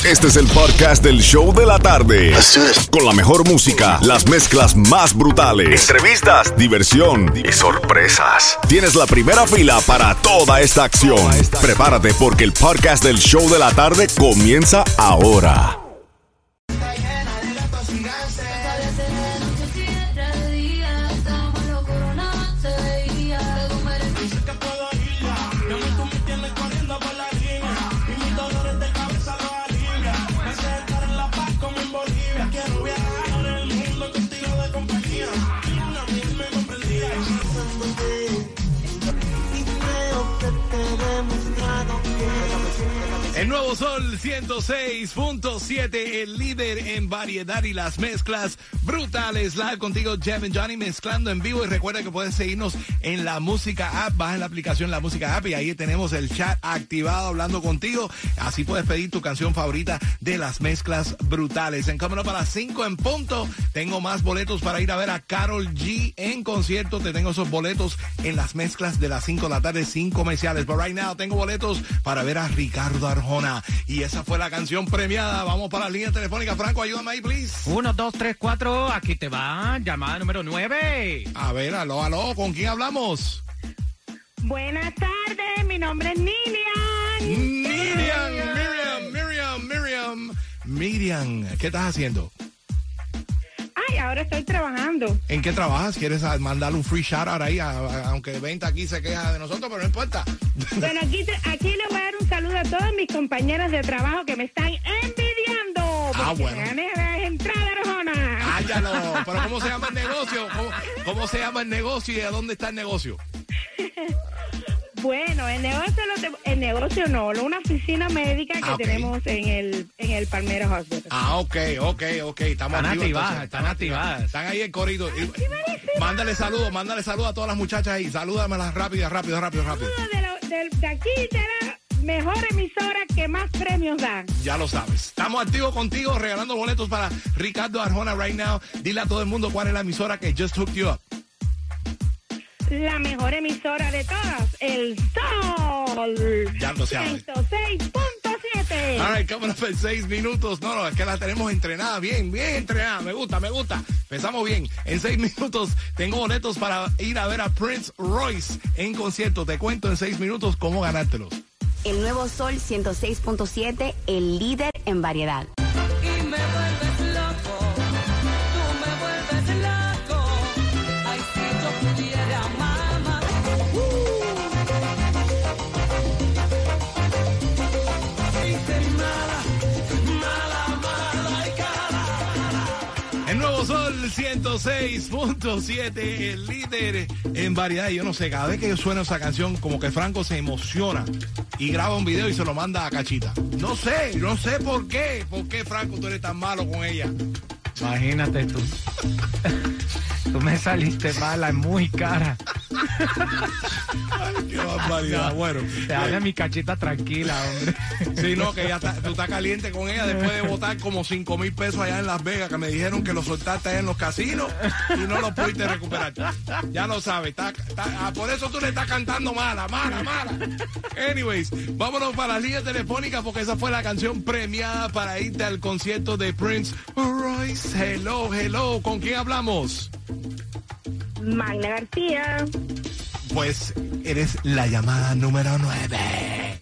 Este es el podcast del show de la tarde. Con la mejor música, las mezclas más brutales, entrevistas, diversión y sorpresas. Tienes la primera fila para toda esta acción. Prepárate porque el podcast del show de la tarde comienza ahora. El Nuevo Sol 106.7, el líder en variedad y las mezclas brutales. Live contigo, Jeff and Johnny, mezclando en vivo. Y recuerda que puedes seguirnos en la Música App. Baja en la aplicación La Música App y ahí tenemos el chat activado hablando contigo. Así puedes pedir tu canción favorita de las mezclas brutales. En cámara para las 5 en punto. Tengo más boletos para ir a ver a Karol G en concierto. Te tengo esos boletos en las mezclas de las 5 de la tarde sin comerciales. But right now tengo boletos para ver a Ricardo Arjona. Y esa fue la canción premiada. Vamos para la línea telefónica. Franco, ayúdame ahí, please. 1, 2, 3, 4. Aquí te va. Llamada número 9. A ver, aló. ¿Con quién hablamos? Buenas tardes. Mi nombre es Miriam. ¿Qué estás haciendo? Ay, ahora estoy trabajando. ¿En qué trabajas? ¿Quieres mandarle un free shout out ahí? Aunque Venta aquí se queja de nosotros, pero no importa. Bueno, aquí le voy a dar un saludo a todas mis compañeras de trabajo que me están envidiando. Bueno. Gané la entrada de Arjona. Cállalo. Pero ¿cómo se llama el negocio? ¿Cómo se llama el negocio y a dónde está el negocio? Bueno, el negocio no, una oficina médica que tenemos en el Palmera Hospital. Ok. Están activadas. Están ahí el corrido. Mándale saludos a todas las muchachas ahí. Salúdamelas rápido. Saludos de aquí, de la mejor emisora que más premios dan. Ya lo sabes. Estamos activos contigo, regalando boletos para Ricardo Arjona right now. Dile a todo el mundo cuál es la emisora que just hooked you up. La mejor emisora de todas, El Sol. Ya lo sabes. 106.7. All right, coming up en 6 minutos. No, es que la tenemos entrenada, bien entrenada. Me gusta. Empezamos bien. En 6 minutos tengo boletos para ir a ver a Prince Royce en concierto. Te cuento en 6 minutos cómo ganártelos. El Nuevo Sol 106.7, el líder en variedad. Y me vuelves loco, tú me vuelves loco. Ay, si yo pudiera, mamá. Mala y cara. El Nuevo Sol 106.7, el líder en variedad. Y yo no sé, cada vez que yo sueno esa canción, como que Franco se emociona y graba un video y se lo manda a Cachita. No sé por qué. ¿Por qué, Franco, tú eres tan malo con ella? Imagínate tú. Tú me saliste mala, es muy cara. Ay, qué barbaridad. No, bueno. Dale a mi Cachita tranquila, hombre. Sí, no, que tú estás caliente con ella después de botar como 5,000 pesos allá en Las Vegas, que me dijeron que lo soltaste allá en los casinos y no lo pudiste recuperar. Ya lo sabes, por eso tú le estás cantando mala. Anyways, vámonos para la línea telefónica porque esa fue la canción premiada para irte al concierto de Prince Royce. Hello, ¿con quién hablamos? Magna García. Pues eres la llamada número 9.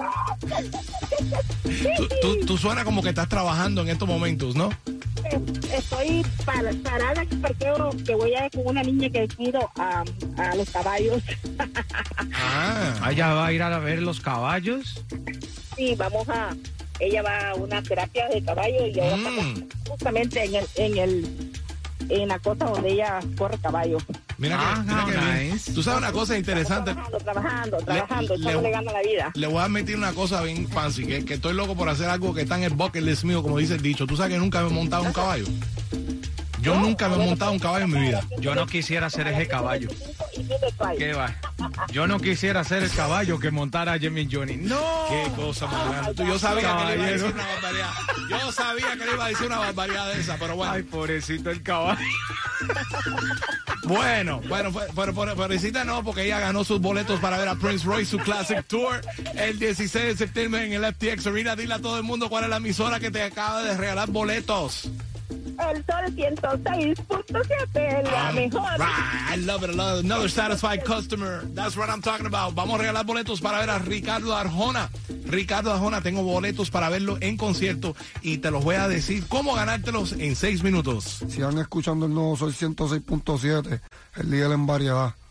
Tú suena como que estás trabajando en estos momentos, ¿no? Estoy parada porque que voy a ir con una niña que cuido a los caballos. ¿Ella va a ir a ver los caballos? Sí, ella va a una terapia de caballo y ahora estamos justamente en la cosa donde ella corre caballo. Mira que nice. Tú sabes una cosa interesante. Trabajando, echándole ganas a la vida. Le voy a admitir una cosa bien fancy, que estoy loco por hacer algo que está en el bucket list mío, como dice el dicho. ¿Tú sabes que nunca me he montado un caballo? Yo nunca me he montado un caballo en mi vida. Yo no quisiera ser ese caballo. ¿Qué va? Yo no quisiera ser el caballo que montara a Jimmy Johnny. ¡No! ¡Qué cosa más grande! Yo sabía que le iba a decir una barbaridad. Yo sabía que le iba a decir una barbaridad de esa, pero bueno. Ay, pobrecito el caballo. Bueno, pero pobrecita no, porque ella ganó sus boletos para ver a Prince Royce, su Classic Tour, el 16 de septiembre en el FTX Arena. Dile a todo el mundo cuál es la emisora que te acaba de regalar boletos. El Sol 106.7, la mejor. Right, I love it, Another satisfied customer. That's what I'm talking about. Vamos a regalar boletos para ver a Ricardo Arjona. Ricardo Arjona, tengo boletos para verlo en concierto y te los voy a decir cómo ganártelos en 6 minutos. Sigan escuchando el nuevo Sol 106.7, el líder en variedad.